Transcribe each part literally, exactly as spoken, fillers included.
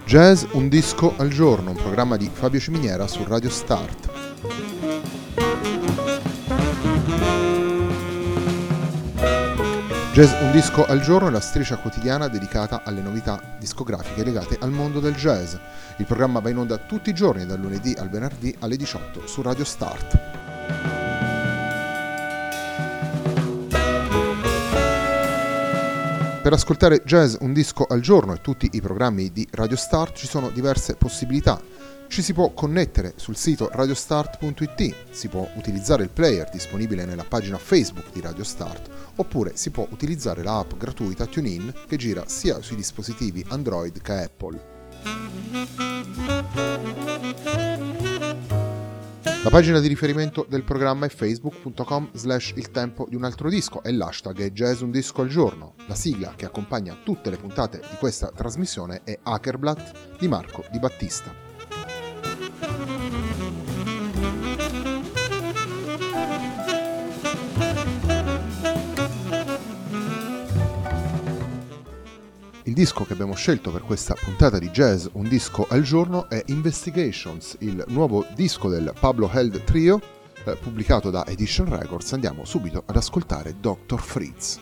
Jazz Un Disco al Giorno, un programma di Fabio Ciminiera su Radio Start. Jazz Un Disco al Giorno è la striscia quotidiana dedicata alle novità discografiche legate al mondo del jazz. Il programma va in onda tutti i giorni, dal lunedì al venerdì alle diciotto su Radio Start. Per ascoltare Jazz Un Disco al Giorno e tutti i programmi di Radio Start ci sono diverse possibilità. Ci si può connettere sul sito radiostart punto it, si può utilizzare il player disponibile nella pagina Facebook di Radio Start, oppure si può utilizzare la app gratuita TuneIn che gira sia sui dispositivi Android che Apple. La pagina di riferimento del programma è facebook punto com slash il tempo di un altro disco e l'hashtag è Jazz Un Disco al Giorno. La sigla che accompagna tutte le puntate di questa trasmissione è Hackerblatt di Marco Di Battista. Il disco che abbiamo scelto per questa puntata di Jazz Un Disco al Giorno è Investigations, il nuovo disco del Pablo Held Trio, eh, pubblicato da Edition Records. Andiamo subito ad ascoltare doctor Fritz.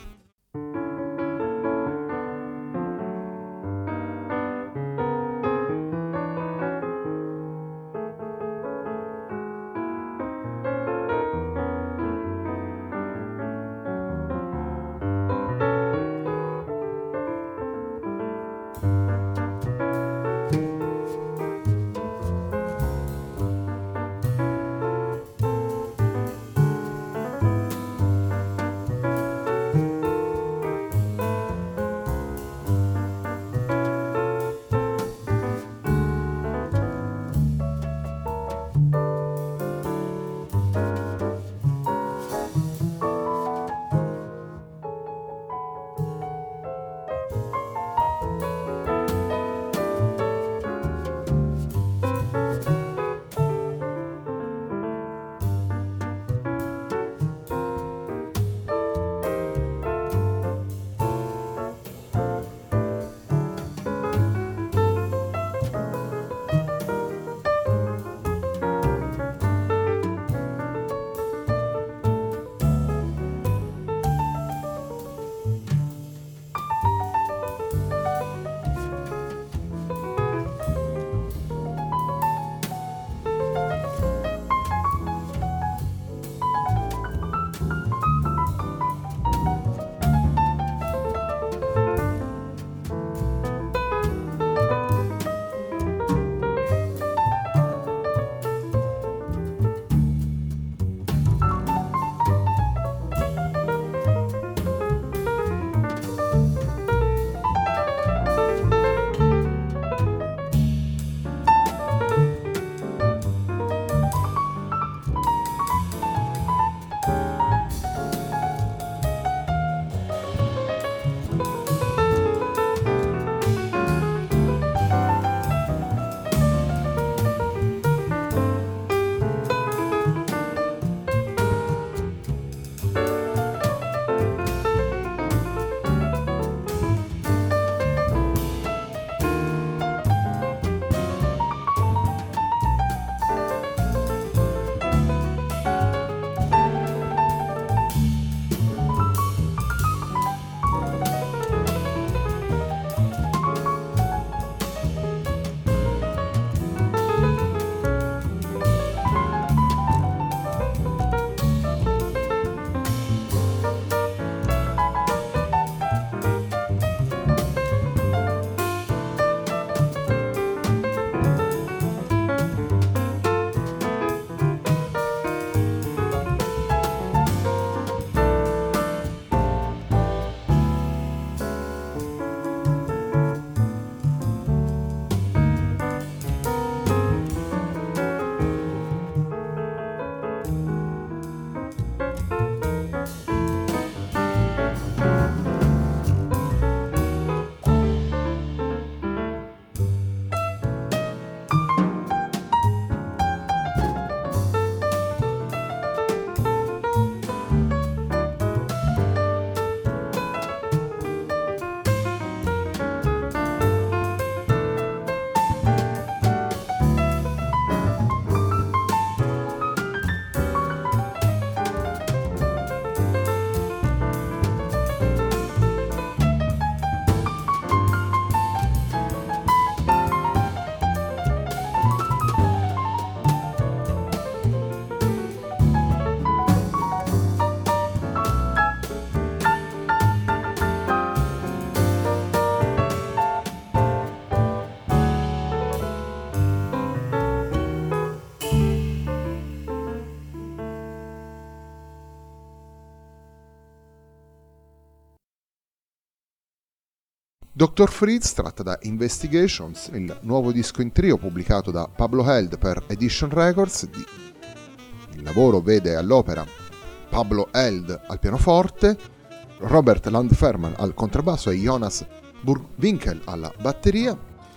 doctor Freeze, tratta da Investigations, il nuovo disco in trio pubblicato da Pablo Held per Edition Records. Il lavoro vede all'opera Pablo Held al pianoforte, Robert Landferman al contrabbasso e Jonas Burgwinkel alla batteria.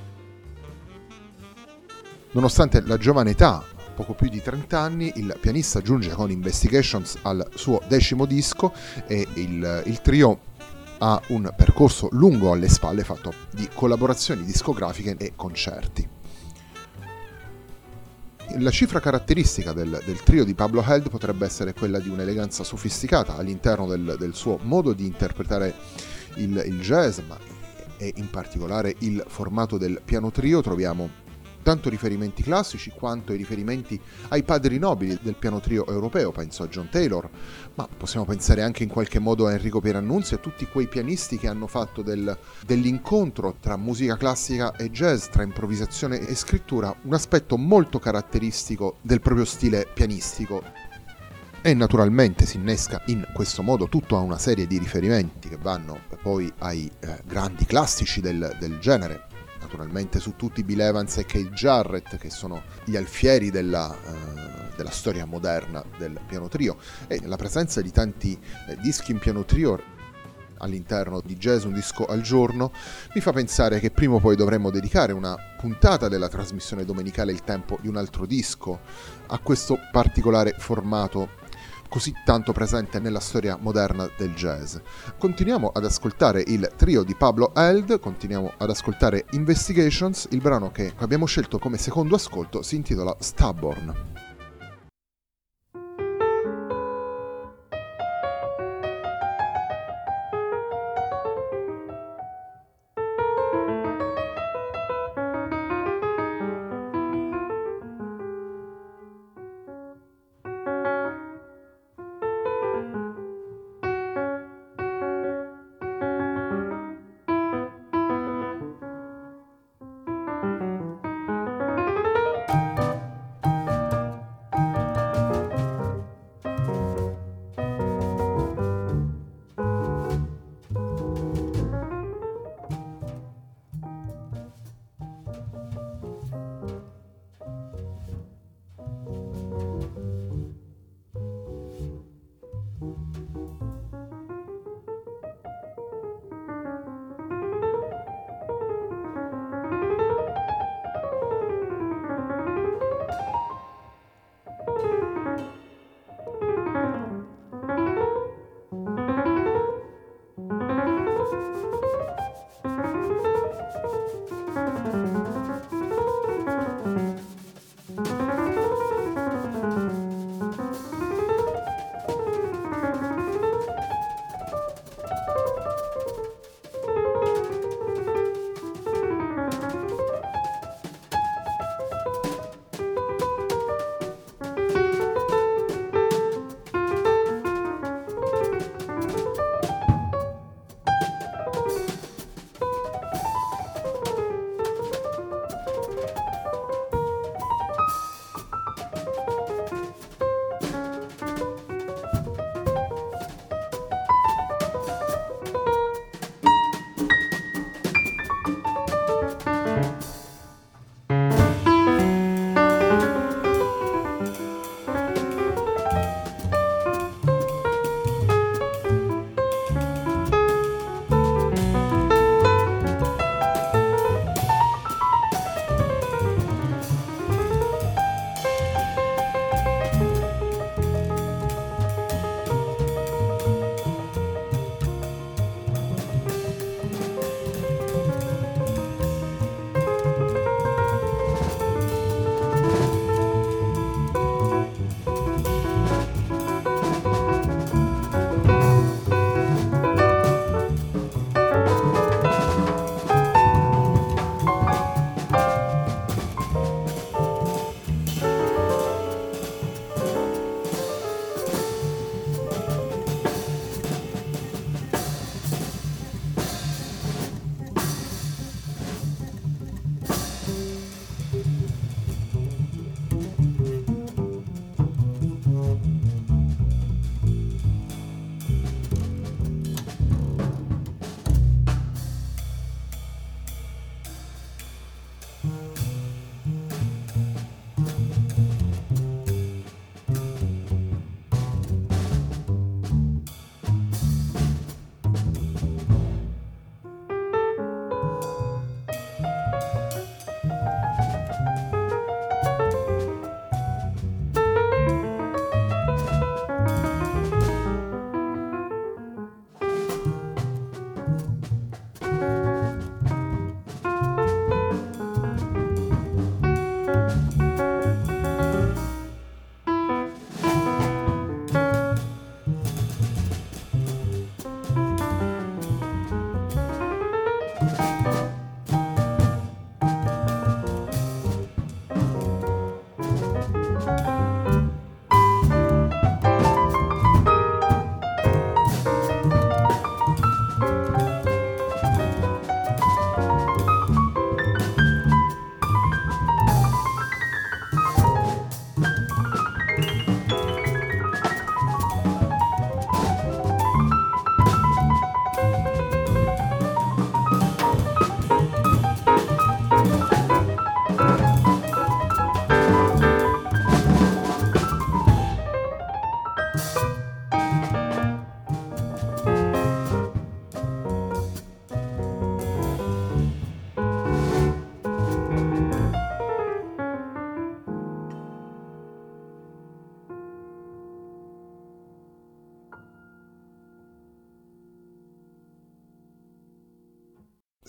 Nonostante la giovane età, poco più di trenta anni, il pianista giunge con Investigations al suo decimo disco e il, il trio ha un percorso lungo alle spalle fatto di collaborazioni discografiche e concerti. La cifra caratteristica del, del trio di Pablo Held potrebbe essere quella di un'eleganza sofisticata all'interno del, del suo modo di interpretare il, il jazz, ma e in particolare il formato del piano trio. Troviamo tanto riferimenti classici quanto i riferimenti ai padri nobili del piano trio europeo, penso a John Taylor, ma possiamo pensare anche in qualche modo a Enrico Pierannunzi, a tutti quei pianisti che hanno fatto del, dell'incontro tra musica classica e jazz, tra improvvisazione e scrittura, un aspetto molto caratteristico del proprio stile pianistico. E naturalmente si innesca in questo modo tutta una serie di riferimenti che vanno poi ai eh, grandi classici del, del genere, naturalmente su tutti Bill Evans e Keith Jarrett, che sono gli alfieri della, uh, della storia moderna del piano trio, e la presenza di tanti eh, dischi in piano trio all'interno di Jazz Un Disco al Giorno mi fa pensare che prima o poi dovremmo dedicare una puntata della trasmissione domenicale Il Tempo di un altro disco a questo particolare formato così tanto presente nella storia moderna del jazz. Continuiamo ad ascoltare il trio di Pablo Held, continuiamo ad ascoltare Investigations. Il brano che abbiamo scelto come secondo ascolto si intitola Stubborn.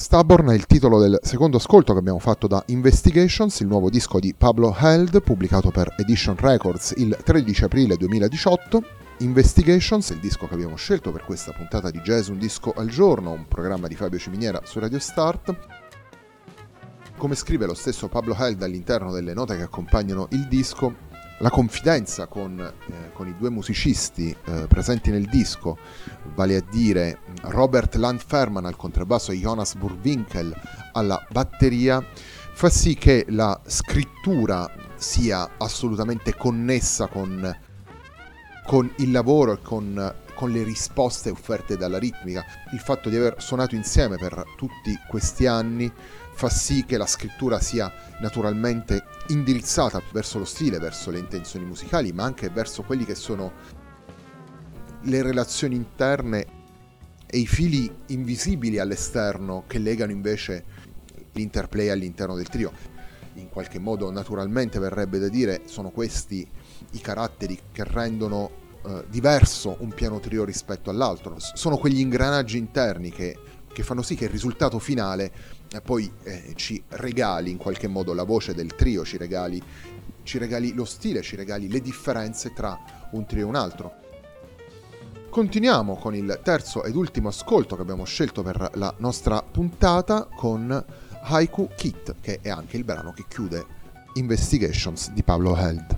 Stubborn è il titolo del secondo ascolto che abbiamo fatto da Investigations, il nuovo disco di Pablo Held, pubblicato per Edition Records il tredici aprile duemiladiciotto. Investigations è il disco che abbiamo scelto per questa puntata di Jazz Un Disco al Giorno, un programma di Fabio Ciminiera su Radio Start. Come scrive lo stesso Pablo Held all'interno delle note che accompagnano il disco, la confidenza con, eh, con i due musicisti eh, presenti nel disco, vale a dire Robert Landferman al contrabbasso e Jonas Burwinkel alla batteria, fa sì che la scrittura sia assolutamente connessa con, con il lavoro e con, con le risposte offerte dalla ritmica. Il fatto di aver suonato insieme per tutti questi anni fa sì che la scrittura sia naturalmente indirizzata verso lo stile, verso le intenzioni musicali, ma anche verso quelli che sono le relazioni interne e i fili invisibili all'esterno che legano invece l'interplay all'interno del trio. In qualche modo, naturalmente, verrebbe da dire, sono questi i caratteri che rendono eh, diverso un piano trio rispetto all'altro. Sono quegli ingranaggi interni che, che fanno sì che il risultato finale e poi eh, ci regali in qualche modo la voce del trio, ci regali, ci regali lo stile, ci regali le differenze tra un trio e un altro. Continuiamo con il terzo ed ultimo ascolto che abbiamo scelto per la nostra puntata con Haiku Kit, che è anche il brano che chiude Investigations di Pablo Held.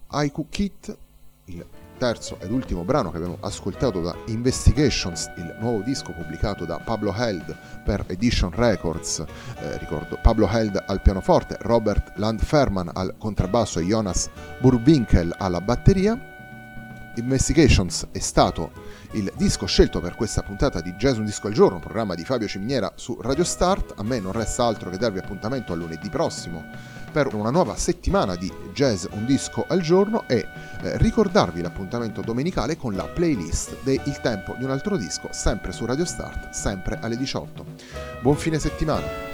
Haiku Kit, il terzo ed ultimo brano che abbiamo ascoltato da Investigations, il nuovo disco pubblicato da Pablo Held per Edition Records. Eh, ricordo Pablo Held al pianoforte, Robert Landferman al contrabbasso e Jonas Burwinkel alla batteria. Investigations è stato il disco scelto per questa puntata di Jazz Un Disco al Giorno, un programma di Fabio Ciminiera su Radio Start. A me non resta altro che darvi appuntamento a lunedì prossimo per una nuova settimana di Jazz Un Disco al Giorno e eh, ricordarvi l'appuntamento domenicale con la playlist de Il Tempo di un altro disco, sempre su Radio Start, sempre alle diciotto. Buon fine settimana!